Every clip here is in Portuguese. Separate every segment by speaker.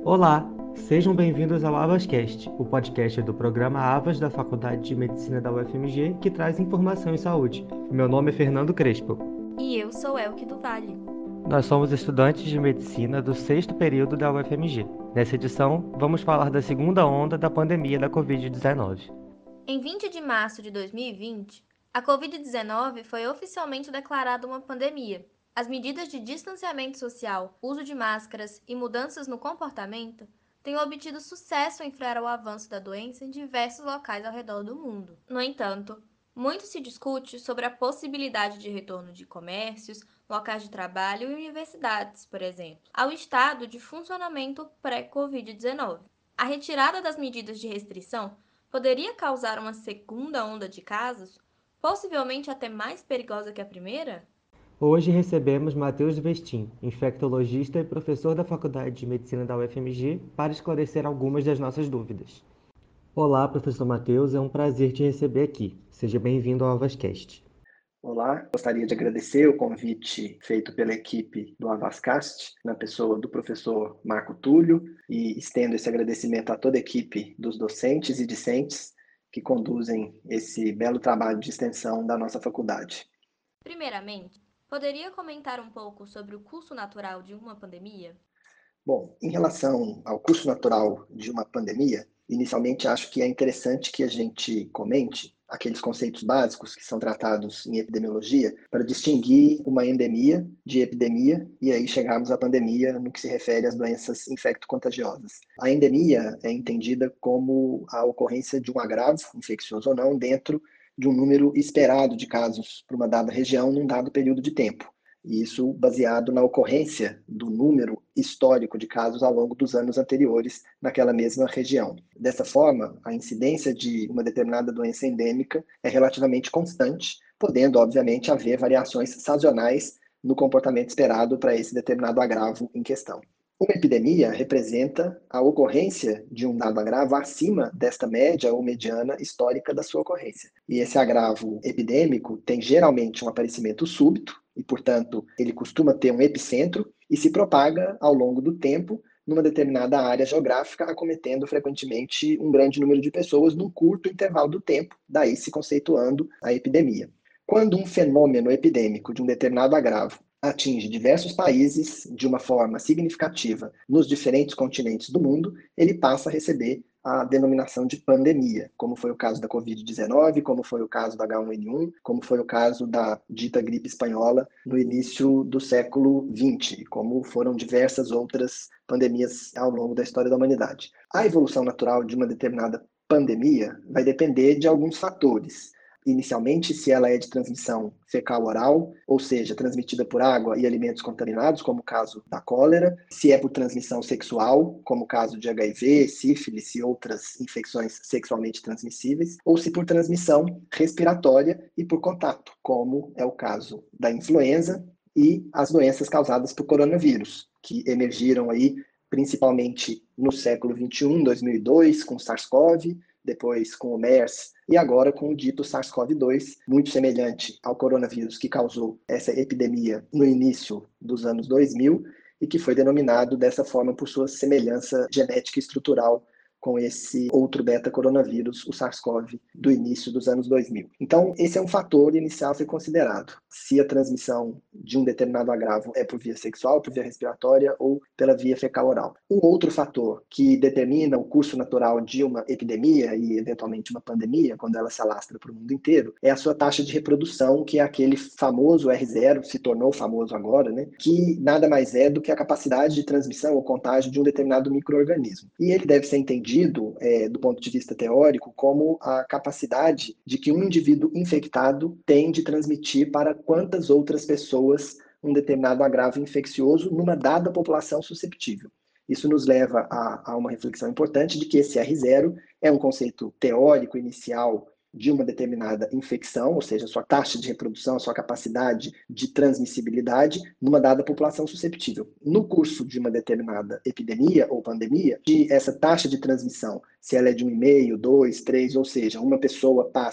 Speaker 1: Olá, sejam bem-vindos ao AvasCast, o podcast do programa Avas da Faculdade de Medicina da UFMG, que traz informação em saúde. Meu nome é Fernando Crespo.
Speaker 2: E eu sou Elke do Vale.
Speaker 1: Nós somos estudantes de medicina do sexto período da UFMG. Nessa edição, vamos falar da segunda onda da pandemia da Covid-19.
Speaker 2: Em 20 de março de 2020, a Covid-19 foi oficialmente declarada uma pandemia. As medidas de distanciamento social, uso de máscaras e mudanças no comportamento têm obtido sucesso em frear o avanço da doença em diversos locais ao redor do mundo. No entanto, muito se discute sobre a possibilidade de retorno de comércios, locais de trabalho e universidades, por exemplo, ao estado de funcionamento pré-Covid-19. A retirada das medidas de restrição poderia causar uma segunda onda de casos, possivelmente até mais perigosa que a primeira?
Speaker 1: Hoje recebemos Matheus Vestin, infectologista e professor da Faculdade de Medicina da UFMG, para esclarecer algumas das nossas dúvidas. Olá, professor Matheus, é um prazer te receber aqui. Seja bem-vindo ao AvasCast.
Speaker 3: Olá, gostaria de agradecer o convite feito pela equipe do Avascast, na pessoa do professor Marco Túlio, e estendo esse agradecimento a toda a equipe dos docentes e discentes que conduzem esse belo trabalho de extensão da nossa faculdade.
Speaker 2: Primeiramente, poderia comentar um pouco sobre o curso natural de uma pandemia?
Speaker 3: Bom, em relação ao curso natural de uma pandemia, inicialmente acho que é interessante que a gente comente aqueles conceitos básicos que são tratados em epidemiologia para distinguir uma endemia de epidemia e aí chegarmos à pandemia no que se refere às doenças infecto-contagiosas. A endemia é entendida como a ocorrência de um agravo, infeccioso ou não, dentro de um número esperado de casos para uma dada região num dado período de tempo. E isso baseado na ocorrência do número histórico de casos ao longo dos anos anteriores naquela mesma região. Dessa forma, a incidência de uma determinada doença endêmica é relativamente constante, podendo, obviamente, haver variações sazonais no comportamento esperado para esse determinado agravo em questão. Uma epidemia representa a ocorrência de um dado agravo acima desta média ou mediana histórica da sua ocorrência. E esse agravo epidêmico tem geralmente um aparecimento súbito, e, portanto, ele costuma ter um epicentro e se propaga ao longo do tempo numa determinada área geográfica, acometendo frequentemente um grande número de pessoas num curto intervalo do tempo, daí se conceituando a epidemia. Quando um fenômeno epidêmico de um determinado agravo atinge diversos países de uma forma significativa nos diferentes continentes do mundo, ele passa a receber a denominação de pandemia, como foi o caso da Covid-19, como foi o caso da H1N1, como foi o caso da dita gripe espanhola no início do século XX, como foram diversas outras pandemias ao longo da história da humanidade. A evolução natural de uma determinada pandemia vai depender de alguns fatores. Inicialmente, se ela é de transmissão fecal-oral, ou seja, transmitida por água e alimentos contaminados, como o caso da cólera, se é por transmissão sexual, como o caso de HIV, sífilis e outras infecções sexualmente transmissíveis, ou se por transmissão respiratória e por contato, como é o caso da influenza e as doenças causadas por coronavírus, que emergiram aí principalmente no século XXI, 2002, com SARS-CoV, depois com o MERS e agora com o dito SARS-CoV-2, muito semelhante ao coronavírus que causou essa epidemia no início dos anos 2000 e que foi denominado dessa forma por sua semelhança genética e estrutural com esse outro beta-coronavírus, o SARS-CoV, do início dos anos 2000. Então, esse é um fator inicial a ser considerado. Se a transmissão de um determinado agravo é por via sexual, por via respiratória ou pela via fecal-oral. Um outro fator que determina o curso natural de uma epidemia e, eventualmente, uma pandemia, quando ela se alastra para o mundo inteiro, é a sua taxa de reprodução, que é aquele famoso R0, se tornou famoso agora, né? Que nada mais é do que a capacidade de transmissão ou contágio de um determinado micro-organismo. E ele deve ser entendido do ponto de vista teórico, como a capacidade de que um indivíduo infectado tem de transmitir para quantas outras pessoas um determinado agravo infeccioso numa dada população susceptível. Isso nos leva a uma reflexão importante de que esse R0 é um conceito teórico inicial de uma determinada infecção, ou seja, sua taxa de reprodução, sua capacidade de transmissibilidade numa dada população susceptível. No curso de uma determinada epidemia ou pandemia, essa taxa de transmissão, se ela é de 1,5, 2, 3, ou seja, uma pessoa passa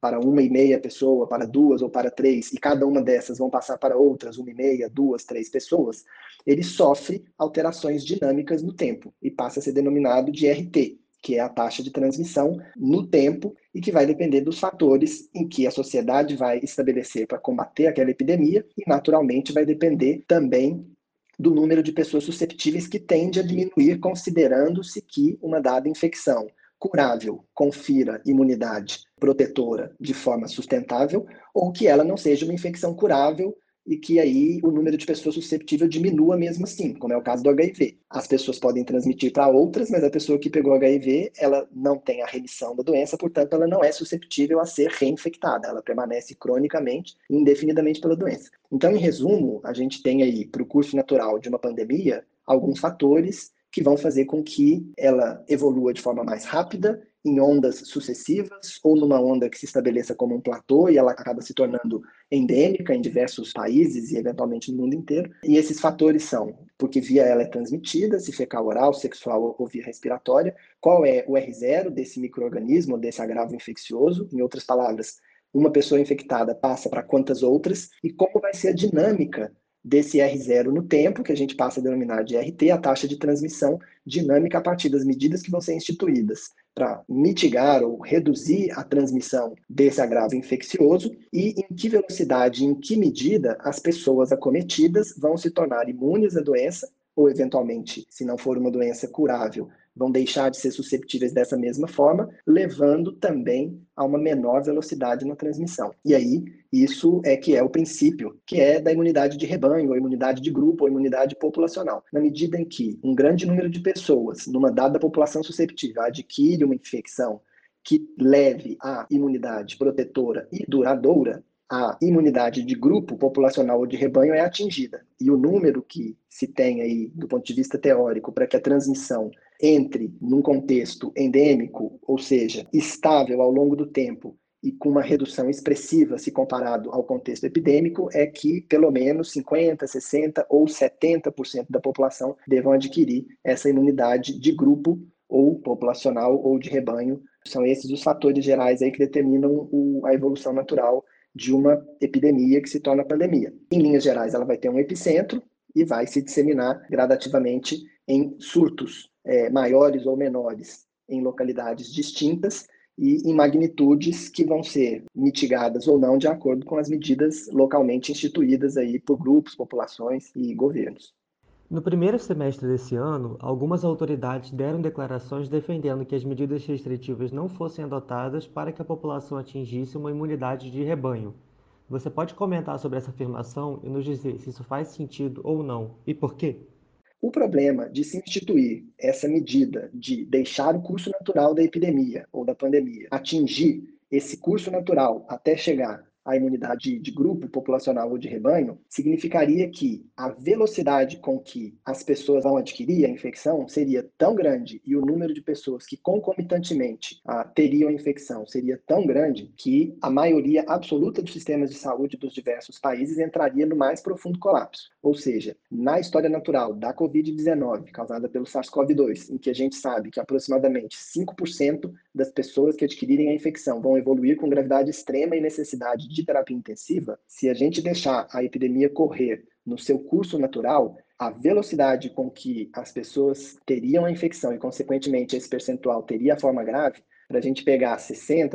Speaker 3: para 1,5 pessoa, para 2 ou para 3, e cada uma dessas vão passar para outras 1,5, 2, 3 pessoas, ele sofre alterações dinâmicas no tempo e passa a ser denominado de RT, que é a taxa de transmissão no tempo e que vai depender dos fatores em que a sociedade vai estabelecer para combater aquela epidemia e, naturalmente, vai depender também do número de pessoas susceptíveis que tende a diminuir considerando-se que uma dada infecção curável confira imunidade protetora de forma sustentável ou que ela não seja uma infecção curável e que aí o número de pessoas susceptíveis diminua mesmo assim, como é o caso do HIV. As pessoas podem transmitir para outras, mas a pessoa que pegou HIV, ela não tem a remissão da doença, portanto, ela não é susceptível a ser reinfectada, ela permanece cronicamente e indefinidamente pela doença. Então, em resumo, a gente tem aí, para o curso natural de uma pandemia, alguns fatores que vão fazer com que ela evolua de forma mais rápida, em ondas sucessivas, ou numa onda que se estabeleça como um platô e ela acaba se tornando endêmica em diversos países e eventualmente no mundo inteiro. E esses fatores são, porque via ela é transmitida, se fecal oral, sexual ou via respiratória, qual é o R0 desse micro-organismo, desse agravo infeccioso, em outras palavras, uma pessoa infectada passa para quantas outras, e como vai ser a dinâmica desse R0 no tempo, que a gente passa a denominar de RT, a taxa de transmissão dinâmica a partir das medidas que vão ser instituídas para mitigar ou reduzir a transmissão desse agravo infeccioso e em que velocidade, em que medida as pessoas acometidas vão se tornar imunes à doença ou, eventualmente, se não for uma doença curável, vão deixar de ser susceptíveis dessa mesma forma, levando também a uma menor velocidade na transmissão. E aí, isso é que é o princípio, que é da imunidade de rebanho, ou imunidade de grupo, ou imunidade populacional. Na medida em que um grande número de pessoas, numa dada população susceptível, adquire uma infecção que leve à imunidade protetora e duradoura, a imunidade de grupo, populacional ou de rebanho é atingida. E o número que se tem aí, do ponto de vista teórico, para que a transmissão entre num contexto endêmico, ou seja, estável ao longo do tempo, e com uma redução expressiva se comparado ao contexto epidêmico, é que pelo menos 50%, 60% ou 70% da população devam adquirir essa imunidade de grupo ou populacional ou de rebanho. São esses os fatores gerais aí que determinam a evolução natural de uma epidemia que se torna pandemia. Em linhas gerais, ela vai ter um epicentro e vai se disseminar gradativamente em surtos maiores ou menores em localidades distintas e em magnitudes que vão ser mitigadas ou não de acordo com as medidas localmente instituídas aí por grupos, populações e governos.
Speaker 1: No primeiro semestre desse ano, algumas autoridades deram declarações defendendo que as medidas restritivas não fossem adotadas para que a população atingisse uma imunidade de rebanho. Você pode comentar sobre essa afirmação e nos dizer se isso faz sentido ou não e por quê?
Speaker 3: O problema de se instituir essa medida de deixar o curso natural da epidemia ou da pandemia atingir esse curso natural até chegar à imunidade de grupo, populacional ou de rebanho, significaria que a velocidade com que as pessoas vão adquirir a infecção seria tão grande e o número de pessoas que concomitantemente teriam a infecção seria tão grande que a maioria absoluta dos sistemas de saúde dos diversos países entraria no mais profundo colapso. Ou seja, na história natural da Covid-19, causada pelo SARS-CoV-2, em que a gente sabe que aproximadamente 5% das pessoas que adquirirem a infecção vão evoluir com gravidade extrema e necessidade de terapia intensiva, se a gente deixar a epidemia correr no seu curso natural, a velocidade com que as pessoas teriam a infecção e, consequentemente, esse percentual teria a forma grave, para a gente pegar 60%,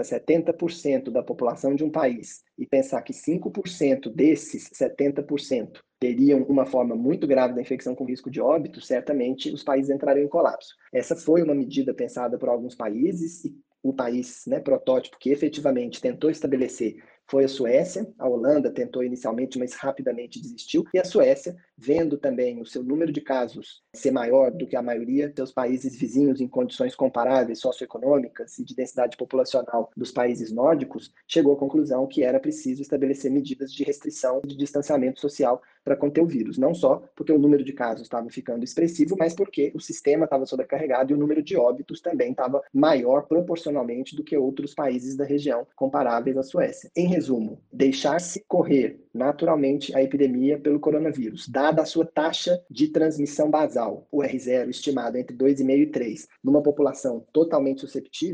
Speaker 3: 70% da população de um país e pensar que 5% desses 70% teriam uma forma muito grave da infecção com risco de óbito, certamente os países entrariam em colapso. Essa foi uma medida pensada por alguns países e o país, protótipo que efetivamente tentou estabelecer foi a Suécia. A Holanda tentou inicialmente, mas rapidamente desistiu. E a Suécia, vendo também o seu número de casos ser maior do que a maioria dos seus países vizinhos em condições comparáveis socioeconômicas e de densidade populacional dos países nórdicos, chegou à conclusão que era preciso estabelecer medidas de restrição de distanciamento social para conter o vírus. Não só porque o número de casos estava ficando expressivo, mas porque o sistema estava sobrecarregado e o número de óbitos também estava maior proporcionalmente do que outros países da região comparáveis à Suécia. Em resumo, deixar-se correr naturalmente a epidemia pelo coronavírus, dada a sua taxa de transmissão basal, o R0 estimado entre 2,5 e 3, numa população totalmente susceptível,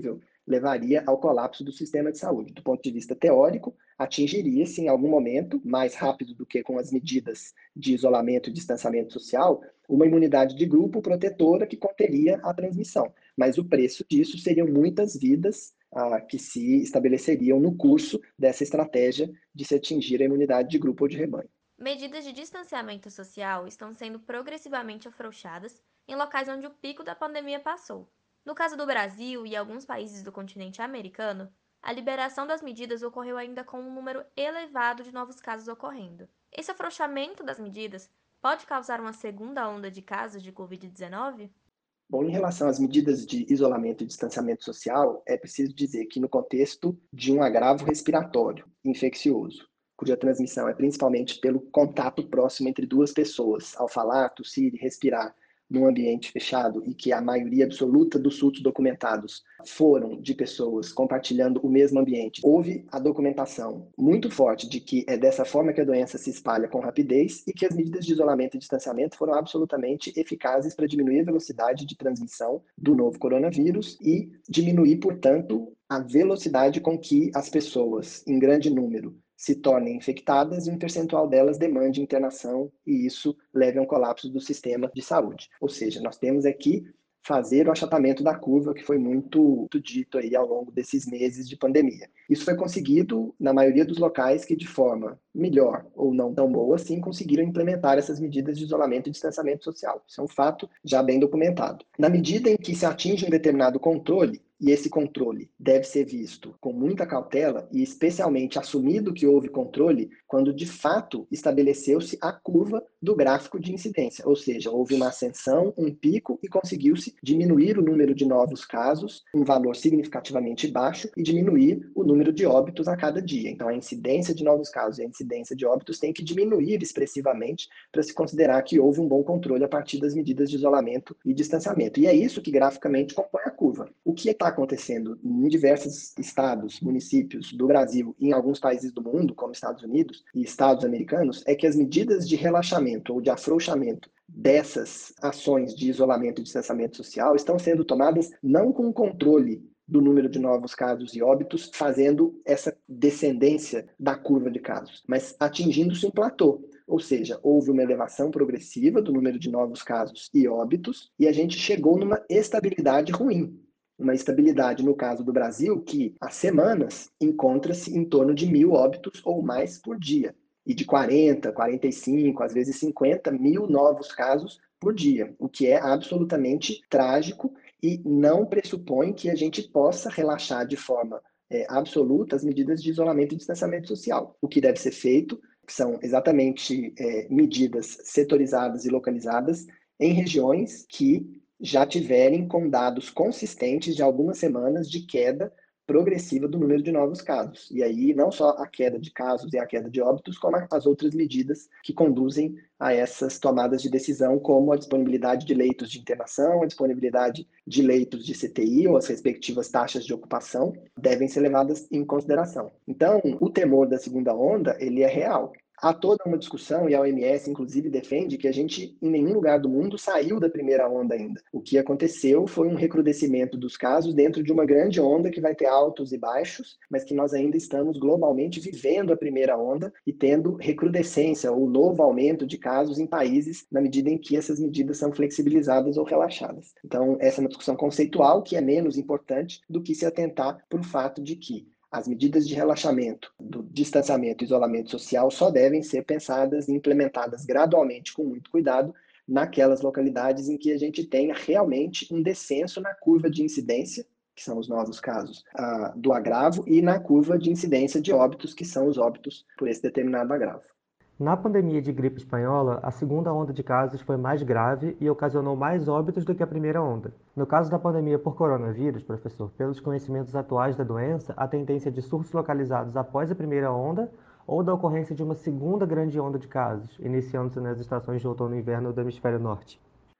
Speaker 3: levaria ao colapso do sistema de saúde. Do ponto de vista teórico, atingiria-se em algum momento, mais rápido do que com as medidas de isolamento e distanciamento social, uma imunidade de grupo protetora que conteria a transmissão. Mas o preço disso seriam muitas vidas que se estabeleceriam no curso dessa estratégia de se atingir a imunidade de grupo ou de rebanho.
Speaker 2: Medidas de distanciamento social estão sendo progressivamente afrouxadas em locais onde o pico da pandemia passou. No caso do Brasil e alguns países do continente americano, a liberação das medidas ocorreu ainda com um número elevado de novos casos ocorrendo. Esse afrouxamento das medidas pode causar uma segunda onda de casos de Covid-19?
Speaker 3: Bom, em relação às medidas de isolamento e distanciamento social, é preciso dizer que no contexto de um agravo respiratório infeccioso, cuja transmissão é principalmente pelo contato próximo entre duas pessoas, ao falar, tossir e respirar num ambiente fechado, e que a maioria absoluta dos surtos documentados foram de pessoas compartilhando o mesmo ambiente, houve a documentação muito forte de que é dessa forma que a doença se espalha com rapidez e que as medidas de isolamento e distanciamento foram absolutamente eficazes para diminuir a velocidade de transmissão do novo coronavírus e diminuir, portanto, a velocidade com que as pessoas, em grande número, se tornem infectadas e um percentual delas demande internação e isso leve a um colapso do sistema de saúde. Ou seja, nós temos aqui fazer o achatamento da curva, que foi muito dito aí ao longo desses meses de pandemia. Isso foi conseguido na maioria dos locais que, de forma melhor ou não tão boa assim, conseguiram implementar essas medidas de isolamento e distanciamento social. Isso é um fato já bem documentado. Na medida em que se atinge um determinado controle, e esse controle deve ser visto com muita cautela e especialmente assumido que houve controle quando de fato estabeleceu-se a curva do gráfico de incidência, ou seja, houve uma ascensão, um pico e conseguiu-se diminuir o número de novos casos, um valor significativamente baixo, e diminuir o número de óbitos a cada dia. Então a incidência de novos casos e a incidência de óbitos tem que diminuir expressivamente para se considerar que houve um bom controle a partir das medidas de isolamento e distanciamento. E é isso que graficamente compõe a curva. O que está acontecendo em diversos estados, municípios do Brasil e em alguns países do mundo, como Estados Unidos e estados americanos, é que as medidas de relaxamento ou de afrouxamento dessas ações de isolamento e distanciamento social estão sendo tomadas não com controle do número de novos casos e óbitos, fazendo essa descendência da curva de casos, mas atingindo-se um platô. Ou seja, houve uma elevação progressiva do número de novos casos e óbitos, e a gente chegou numa estabilidade ruim. Uma estabilidade, no caso do Brasil, que há semanas encontra-se em torno de 1.000 óbitos ou mais por dia, e de 40, 45, às vezes 50 mil novos casos por dia, o que é absolutamente trágico e não pressupõe que a gente possa relaxar de forma absoluta as medidas de isolamento e distanciamento social. O que deve ser feito são exatamente medidas setorizadas e localizadas em regiões que já tiverem com dados consistentes de algumas semanas de queda progressiva do número de novos casos. E aí, não só a queda de casos e a queda de óbitos, como as outras medidas que conduzem a essas tomadas de decisão, como a disponibilidade de leitos de internação, a disponibilidade de leitos de CTI ou as respectivas taxas de ocupação, devem ser levadas em consideração. Então, o temor da segunda onda, ele é real. Há toda uma discussão, e a OMS, inclusive, defende que a gente, em nenhum lugar do mundo, saiu da primeira onda ainda. O que aconteceu foi um recrudescimento dos casos dentro de uma grande onda que vai ter altos e baixos, mas que nós ainda estamos globalmente vivendo a primeira onda e tendo recrudescência ou novo aumento de casos em países na medida em que essas medidas são flexibilizadas ou relaxadas. Então, essa é uma discussão conceitual que é menos importante do que se atentar para o fato de que as medidas de relaxamento, do distanciamento e isolamento social só devem ser pensadas e implementadas gradualmente, com muito cuidado, naquelas localidades em que a gente tenha realmente um descenso na curva de incidência, que são os novos casos do agravo, e na curva de incidência de óbitos, que são os óbitos por esse determinado agravo.
Speaker 1: Na pandemia de gripe espanhola, a segunda onda de casos foi mais grave e ocasionou mais óbitos do que a primeira onda. No caso da pandemia por coronavírus, professor, pelos conhecimentos atuais da doença, a tendência de surtos localizados após a primeira onda ou da ocorrência de uma segunda grande onda de casos, iniciando-se nas estações de outono e inverno do hemisfério norte?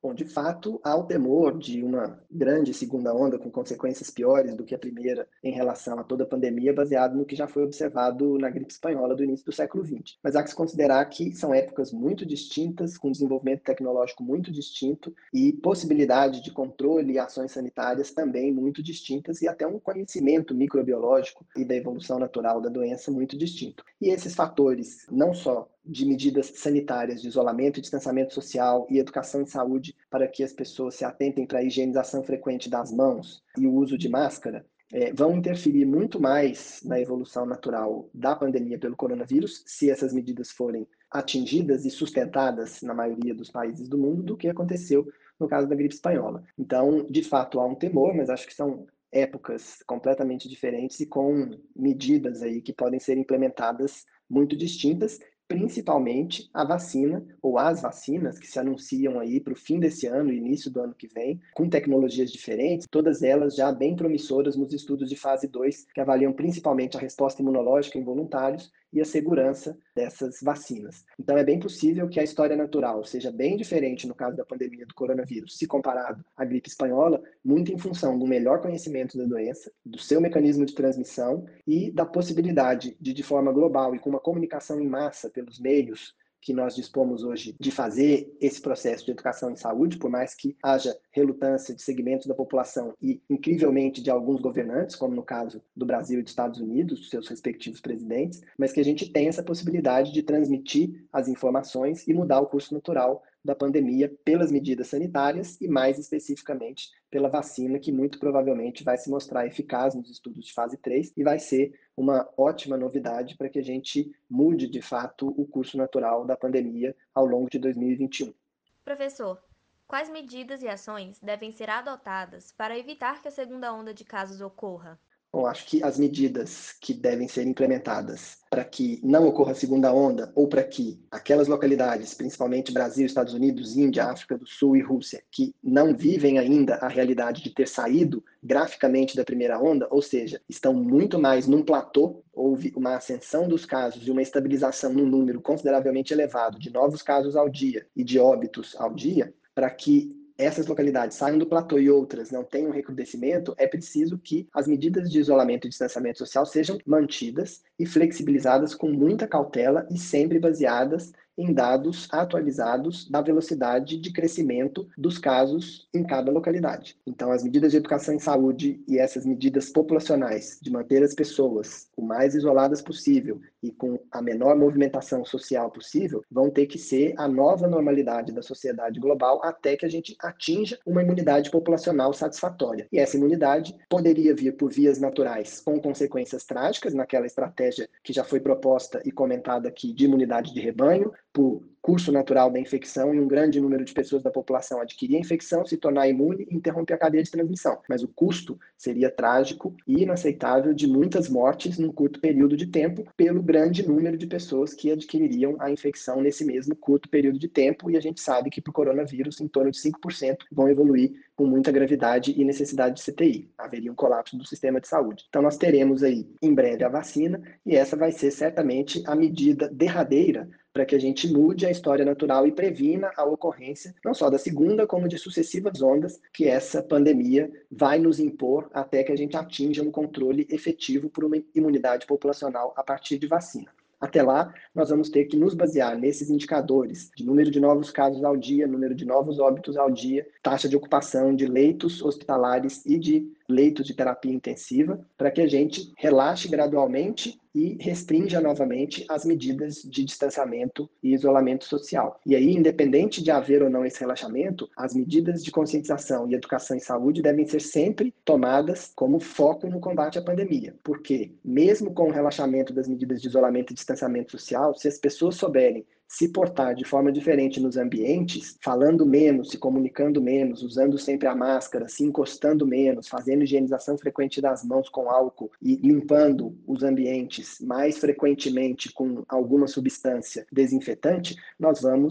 Speaker 3: Bom, de fato, há o temor de uma grande segunda onda com consequências piores do que a primeira em relação a toda a pandemia, baseado no que já foi observado na gripe espanhola do início do século XX. Mas há que se considerar que são épocas muito distintas, com desenvolvimento tecnológico muito distinto e possibilidade de controle e ações sanitárias também muito distintas e até um conhecimento microbiológico e da evolução natural da doença muito distinto. E esses fatores, não só de medidas sanitárias, de isolamento e distanciamento social e educação em saúde para que as pessoas se atentem para a higienização frequente das mãos e o uso de máscara, vão interferir muito mais na evolução natural da pandemia pelo coronavírus, se essas medidas forem atingidas e sustentadas na maioria dos países do mundo, do que aconteceu no caso da gripe espanhola. Então, de fato, há um temor, mas acho que são épocas completamente diferentes e com medidas aí que podem ser implementadas muito distintas, principalmente a vacina ou as vacinas que se anunciam aí para o fim desse ano e início do ano que vem, com tecnologias diferentes, todas elas já bem promissoras nos estudos de fase 2, que avaliam principalmente a resposta imunológica em voluntários e a segurança dessas vacinas. Então é bem possível que a história natural seja bem diferente no caso da pandemia do coronavírus, se comparado à gripe espanhola, muito em função do melhor conhecimento da doença, do seu mecanismo de transmissão e da possibilidade de forma global e com uma comunicação em massa pelos meios que nós dispomos hoje de fazer esse processo de educação em saúde, por mais que haja relutância de segmentos da população e, incrivelmente, de alguns governantes, como no caso do Brasil e dos Estados Unidos, seus respectivos presidentes, mas que a gente tem essa possibilidade de transmitir as informações e mudar o curso natural da pandemia pelas medidas sanitárias e, mais especificamente, pela vacina, que muito provavelmente vai se mostrar eficaz nos estudos de fase 3 e vai ser uma ótima novidade para que a gente mude, de fato, o curso natural da pandemia ao longo de 2021.
Speaker 2: Professor, quais medidas e ações devem ser adotadas para evitar que a segunda onda de casos ocorra?
Speaker 3: Bom, acho que as medidas que devem ser implementadas para que não ocorra a segunda onda ou para que aquelas localidades, principalmente Brasil, Estados Unidos, Índia, África do Sul e Rússia, que não vivem ainda a realidade de ter saído graficamente da primeira onda, ou seja, estão muito mais num platô, houve uma ascensão dos casos e uma estabilização num número consideravelmente elevado de novos casos ao dia e de óbitos ao dia, para que essas localidades saiam do platô e outras não tenham recrudescimento, é preciso que as medidas de isolamento e distanciamento social sejam mantidas e flexibilizadas com muita cautela e sempre baseadas em dados atualizados da velocidade de crescimento dos casos em cada localidade. Então, as medidas de educação em saúde e essas medidas populacionais de manter as pessoas o mais isoladas possível e com a menor movimentação social possível vão ter que ser a nova normalidade da sociedade global até que a gente atinja uma imunidade populacional satisfatória. E essa imunidade poderia vir por vias naturais com consequências trágicas, naquela estratégia que já foi proposta e comentada aqui de imunidade de rebanho, por curso natural da infecção e um grande número de pessoas da população adquirir a infecção, se tornar imune e interromper a cadeia de transmissão. Mas o custo seria trágico e inaceitável de muitas mortes num curto período de tempo pelo grande número de pessoas que adquiririam a infecção nesse mesmo curto período de tempo e a gente sabe que para o coronavírus em torno de 5% vão evoluir com muita gravidade e necessidade de CTI. Haveria um colapso do sistema de saúde. Então nós teremos aí em breve a vacina e essa vai ser certamente a medida derradeira para que a gente mude a história natural e previna a ocorrência não só da segunda, como de sucessivas ondas que essa pandemia vai nos impor até que a gente atinja um controle efetivo por uma imunidade populacional a partir de vacina. Até lá, nós vamos ter que nos basear nesses indicadores de número de novos casos ao dia, número de novos óbitos ao dia, taxa de ocupação de leitos hospitalares e de leitos de terapia intensiva, para que a gente relaxe gradualmente e restrinja novamente as medidas de distanciamento e isolamento social. E aí, independente de haver ou não esse relaxamento, as medidas de conscientização e educação em saúde devem ser sempre tomadas como foco no combate à pandemia. Porque, mesmo com o relaxamento das medidas de isolamento e distanciamento social, se as pessoas souberem se portar de forma diferente nos ambientes, falando menos, se comunicando menos, usando sempre a máscara, se encostando menos, fazendo higienização frequente das mãos com álcool e limpando os ambientes mais frequentemente com alguma substância desinfetante, nós vamos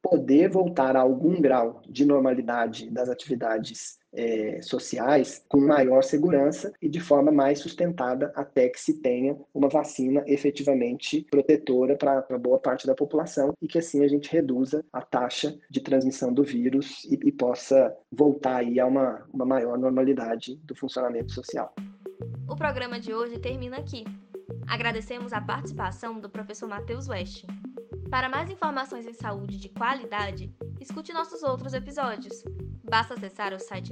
Speaker 3: poder voltar a algum grau de normalidade das atividades sociais com maior segurança e de forma mais sustentada até que se tenha uma vacina efetivamente protetora para boa parte da população e que assim a gente reduza a taxa de transmissão do vírus e possa voltar aí a uma maior normalidade do funcionamento social.
Speaker 2: O programa de hoje termina aqui. Agradecemos a participação do professor Matheus West. Para mais informações em saúde de qualidade, escute nossos outros episódios. Basta acessar o site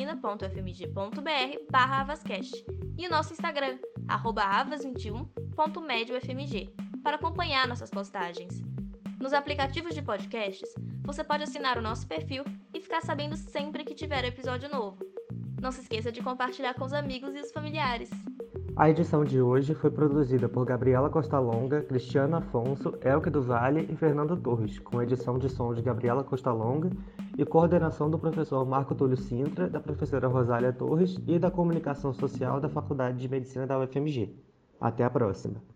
Speaker 2: medicina.fmg.br/avascast e o nosso Instagram, @avas21.mediofmg, para acompanhar nossas postagens. Nos aplicativos de podcasts, você pode assinar o nosso perfil e ficar sabendo sempre que tiver episódio novo. Não se esqueça de compartilhar com os amigos e os familiares.
Speaker 1: A edição de hoje foi produzida por Gabriela Costa Longa, Cristiano Afonso, Elke do Vale e Fernando Torres, com edição de som de Gabriela Costa Longa e coordenação do professor Marco Túlio Sintra, da professora Rosália Torres e da Comunicação Social da Faculdade de Medicina da UFMG. Até a próxima!